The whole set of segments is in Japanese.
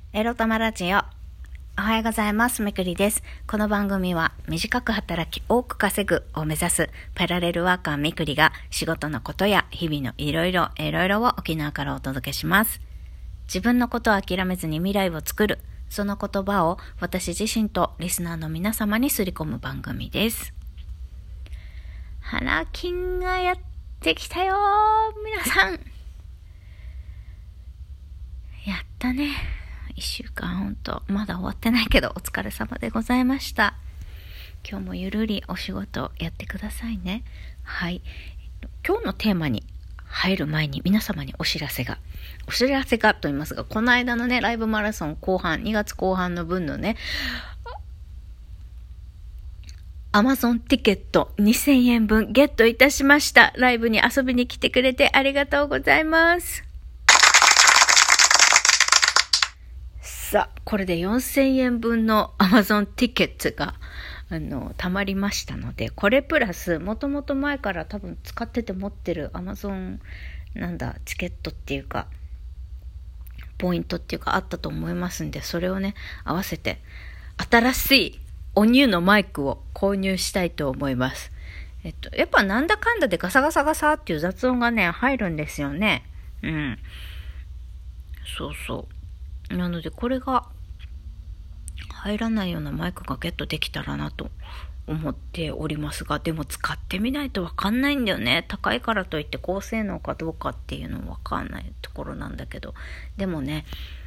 エロ玉ラジオ。おはようございます。めくりです。この番組は短く働き多く稼ぐを目指すパラレルワーカーめくりが仕事のことや日々のいろいろを沖縄からお届けします。自分のことを諦めずに未来を作る、その言葉を私自身とリスナーの皆様にすり込む番組です。花金がやってきたよ皆さん。やったね。1週間ほんとまだ終わってないけどお疲れ様でございました。今日もゆるりお仕事やってくださいね。はい、今日のテーマに入る前に皆様にお知らせがと言いますが、この間のねライブマラソン後半2月後半の分のねAmazon ティケット2000円分ゲットいたしました。ライブに遊びに来てくれてありがとうございます。さあ、これで4000円分の Amazon ティケットが貯まりましたので、これプラスもともと前から多分使ってて持ってる Amazon チケットっていうかポイントっていうかあったと思いますんで、それをね合わせて新しいおニューのマイクを購入したいと思います。やっぱなんだかんだでガサガサガサっていう雑音がね入るんですよね。そうそう。なのでこれが入らないようなマイクがゲットできたらなと思っておりますが、でも使ってみないとわかんないんだよね。高いからといって高性能かどうかっていうのわかんないところなんだけど、でもね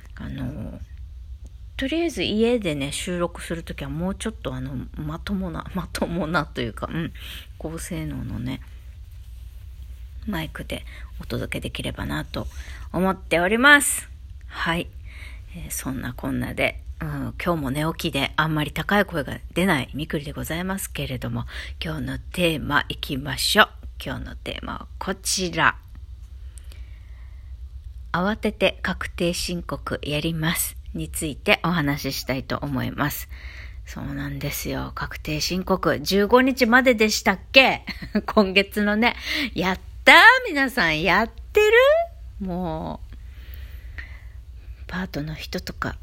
とりあえず家でね収録するときはもうちょっとまともなというか、高性能のねマイクでお届けできればなと思っております。はい、そんなこんなで、今日も寝起きであんまり高い声が出ないみくりでございますけれども、今日のテーマいきましょう。今日のテーマはこちら。慌てて確定申告やりますについてお話ししたいと思います。そうなんですよ。確定申告15日まででしたっけ今月のね。やったー、皆さんやってる？もうパートの人とか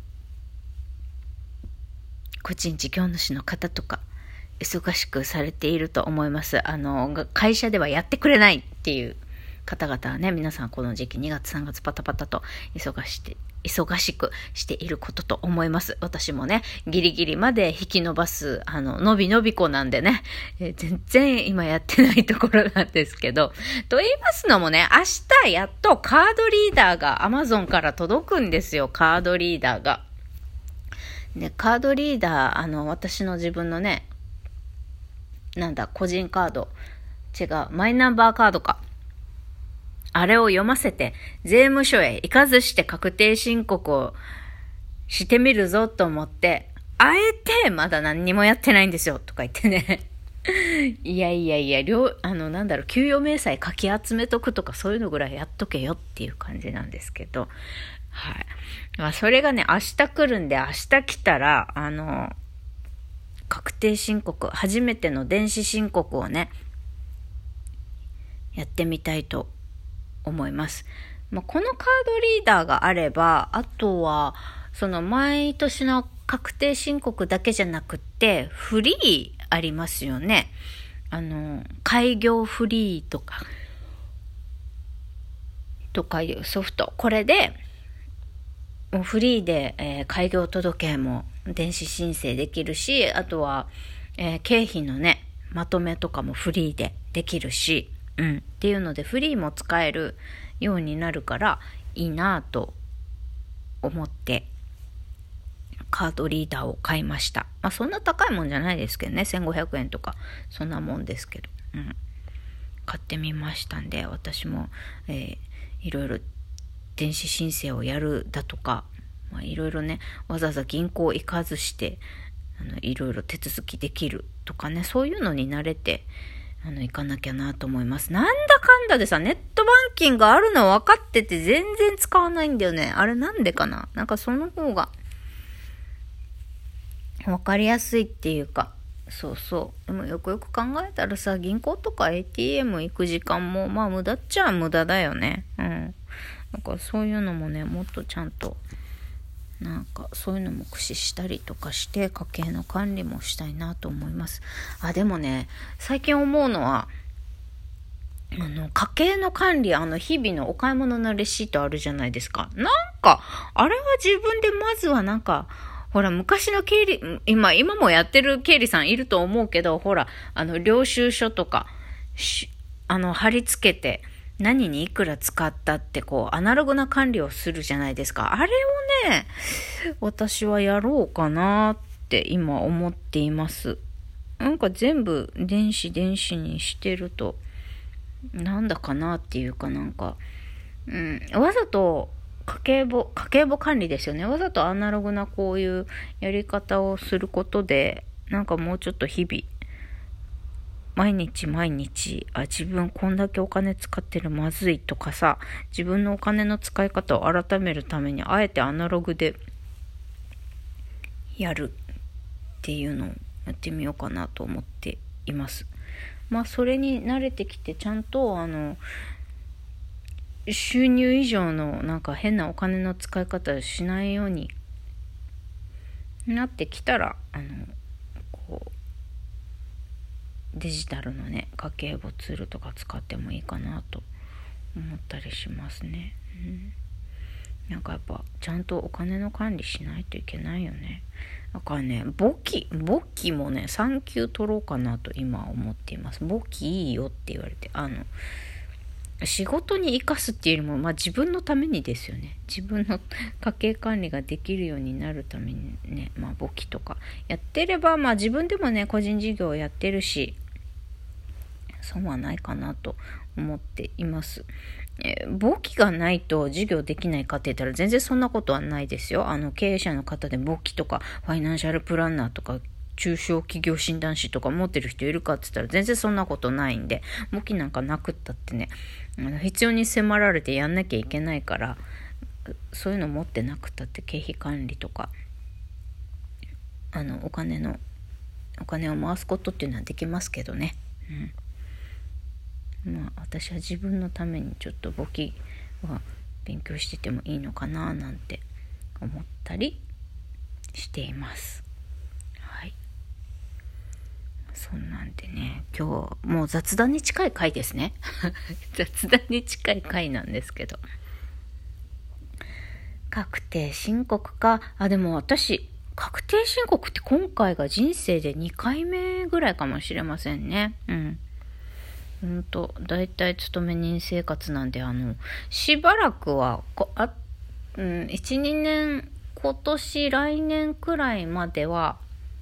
個人事業主の方とか忙しくされていると思います。会社ではやってくれないっていう方々はね、皆さんこの時期2月3月パタパタと忙しくしていることと思います。私もねギリギリまで引き伸ばすのびのび子なんでね、全然今やってないところなんですけど、と言いますのもね、明日やっとカードリーダーが Amazon から届くんですよ。カードリーダーがで、カードリーダー私の自分のね個人カードマイナンバーカードか、あれを読ませて税務署へ行かずして確定申告をしてみるぞと思って、あえてまだ何にもやってないんですよとか言ってねいや給与明細かき集めとくとかそういうのぐらいやっとけよっていう感じなんですけど、はい。まあ、それがね明日来るんで、明日来たら確定申告、初めての電子申告をねやってみたいと思います。このカードリーダーがあれば、あとはその毎年の確定申告だけじゃなくてフリーありますよね。開業フリーとかいうソフト、これでもうフリーで、開業届も電子申請できるし、あとは、経費のねまとめとかもフリーでできるし、っていうのでフリーも使えるようになるからいいなと思ってカードリーダーを買いました。そんな高いもんじゃないですけどね、1500円とかそんなもんですけど、買ってみましたんで、私も、いろいろ電子申請をやるだとか、いろいろねわざわざ銀行行かずしていろいろ手続きできるとかね、そういうのに慣れて行かなきゃなと思います。なんだかんだでさ、ネットバンキングあるの分かってて全然使わないんだよね。あれなんでかな。その方が分かりやすいっていうか、そうそう。でもよくよく考えたらさ、銀行とか ATM 行く時間も無駄っちゃ無駄だよね。だからそういうのもねもっとちゃんとなんかそういうのも駆使したりとかして家計の管理もしたいなと思います。でもね、最近思うのは家計の管理、日々のお買い物のレシートあるじゃないですか。なんかあれは自分でまずはなんか、ほら昔の経理、今もやってる経理さんいると思うけど、ほら領収書とか貼り付けて何にいくら使ったってこうアナログな管理をするじゃないですか。あれをね、私はやろうかなって今思っています。なんか全部電子にしてるとなんだかなっていうか、なんか、わざと家計簿管理ですよね。わざとアナログなこういうやり方をすることで、なんかもうちょっと日々毎日自分こんだけお金使ってるまずいとかさ、自分のお金の使い方を改めるためにあえてアナログでやるっていうのをやってみようかなと思っています。それに慣れてきてちゃんと収入以上のなんか変なお金の使い方をしないようになってきたらこうデジタルのね家計簿ツールとか使ってもいいかなと思ったりしますね。なんかやっぱちゃんとお金の管理しないといけないよね。だからね、簿記もね3級取ろうかなと今思っています。簿記いいよって言われて、仕事に生かすっていうよりも、自分のためにですよね。自分の家計管理ができるようになるためにね、簿記とかやってれば、自分でもね、個人事業をやってるし、損はないかなと思っています。簿記がないと事業できないかって言ったら全然そんなことはないですよ。経営者の方で簿記とかファイナンシャルプランナーとか中小企業診断士とか持ってる人いるかって言ったら全然そんなことないんで、簿記なんかなくったってね、必要に迫られてやんなきゃいけないから、そういうの持ってなくったって経費管理とかお金を回すことっていうのはできますけどね。私は自分のためにちょっと簿記は勉強しててもいいのかななんて思ったりしています。そんなんでね、今日もう雑談に近い回ですね。雑談に近い回なんですけど、確定申告か。でも私確定申告って今回が人生で2回目ぐらいかもしれませんね。だいたい勤め人生活なんでしばらくは1、2年今年来年くらいまでは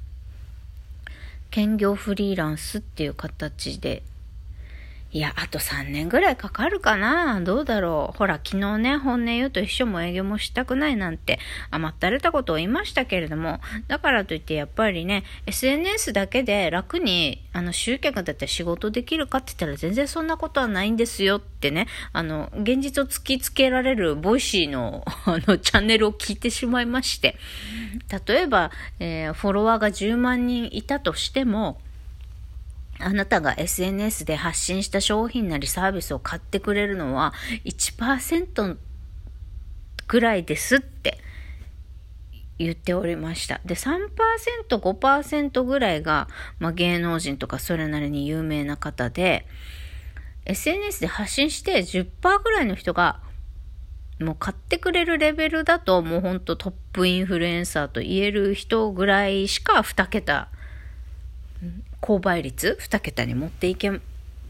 兼業フリーランスっていう形で、あと3年ぐらいかかるかな。どうだろう。ほら、昨日ね、本音言うと一緒も営業もしたくないなんて甘ったれたことを言いましたけれども、だからといってやっぱりね、SNS だけで楽に集客だって仕事できるかって言ったら全然そんなことはないんですよってね、現実を突きつけられるボイシーのチャンネルを聞いてしまいまして、例えば、フォロワーが10万人いたとしても、あなたが SNS で発信した商品なりサービスを買ってくれるのは 1% くらいですって言っておりました。で、3%、5% ぐらいが、芸能人とかそれなりに有名な方で、SNS で発信して 10% ぐらいの人がもう買ってくれるレベルだと、もうほんとトップインフルエンサーと言える人ぐらいしか2桁購買率2桁に持っていけ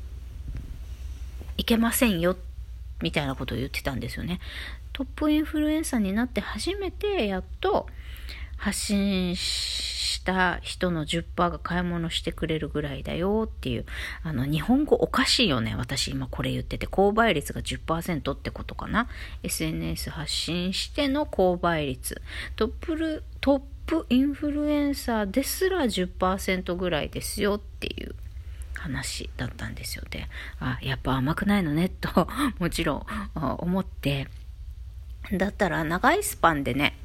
ませんよみたいなことを言ってたんですよね。トップインフルエンサーになって初めてやっと発信した人の 10% が買い物してくれるぐらいだよっていう、日本語おかしいよね。私今これ言ってて、購買率が 10% ってことかな。 SNS 発信しての購買率、トップインフルエンサーですら 10% ぐらいですよっていう話だったんですよ。で、やっぱ甘くないのねともちろん思って、だったら長いスパンでね、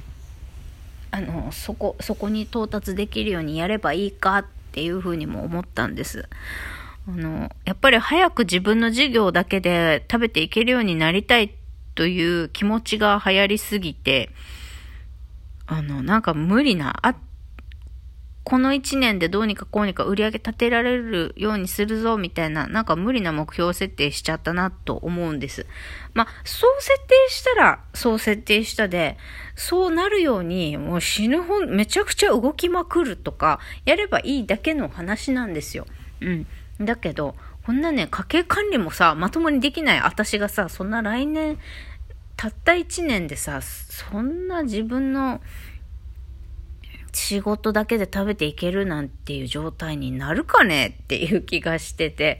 そこに到達できるようにやればいいかっていうふうにも思ったんです。やっぱり早く自分の事業だけで食べていけるようになりたいという気持ちが流行りすぎて、 なんか無理な、この1年でどうにかこうにか売り上げ立てられるようにするぞみたいな、なんか無理な目標設定しちゃったなと思うんです。そう設定したら、そう設定したで、そうなるように、もうめちゃくちゃ動きまくるとか、やればいいだけの話なんですよ。だけど、こんなね、家計管理もさ、まともにできない私がさ、そんな来年、たった1年でさ、そんな自分の、仕事だけで食べていけるなんていう状態になるかねっていう気がしてて、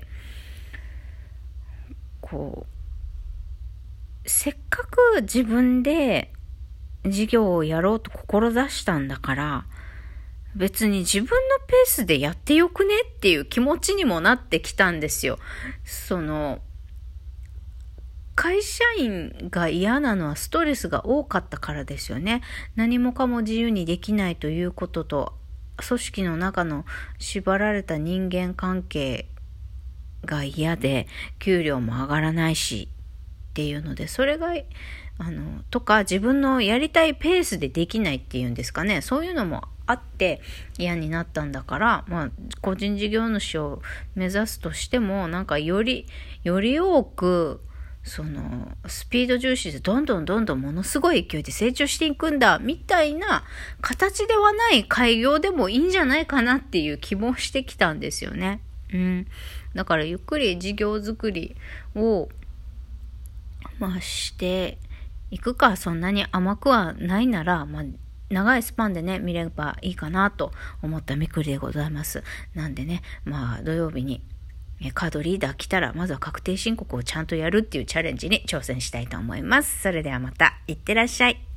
せっかく自分で事業をやろうと志したんだから、別に自分のペースでやってよくねっていう気持ちにもなってきたんですよ。会社員が嫌なのはストレスが多かったからですよね。何もかも自由にできないということと、組織の中の縛られた人間関係が嫌で、給料も上がらないしっていうので、それがとか自分のやりたいペースでできないっていうんですかね。そういうのもあって嫌になったんだから、個人事業主を目指すとしても、なんかより多くスピード重視でどんどんものすごい勢いで成長していくんだみたいな形ではない開業でもいいんじゃないかなっていう気もしてきたんですよね。だからゆっくり事業作りをしていくか、そんなに甘くはないなら、長いスパンでね見ればいいかなと思ったみくりでございます。なんでね、土曜日にカードリーダー来たら、まずは確定申告をちゃんとやるっていうチャレンジに挑戦したいと思います。それではまた、いってらっしゃい。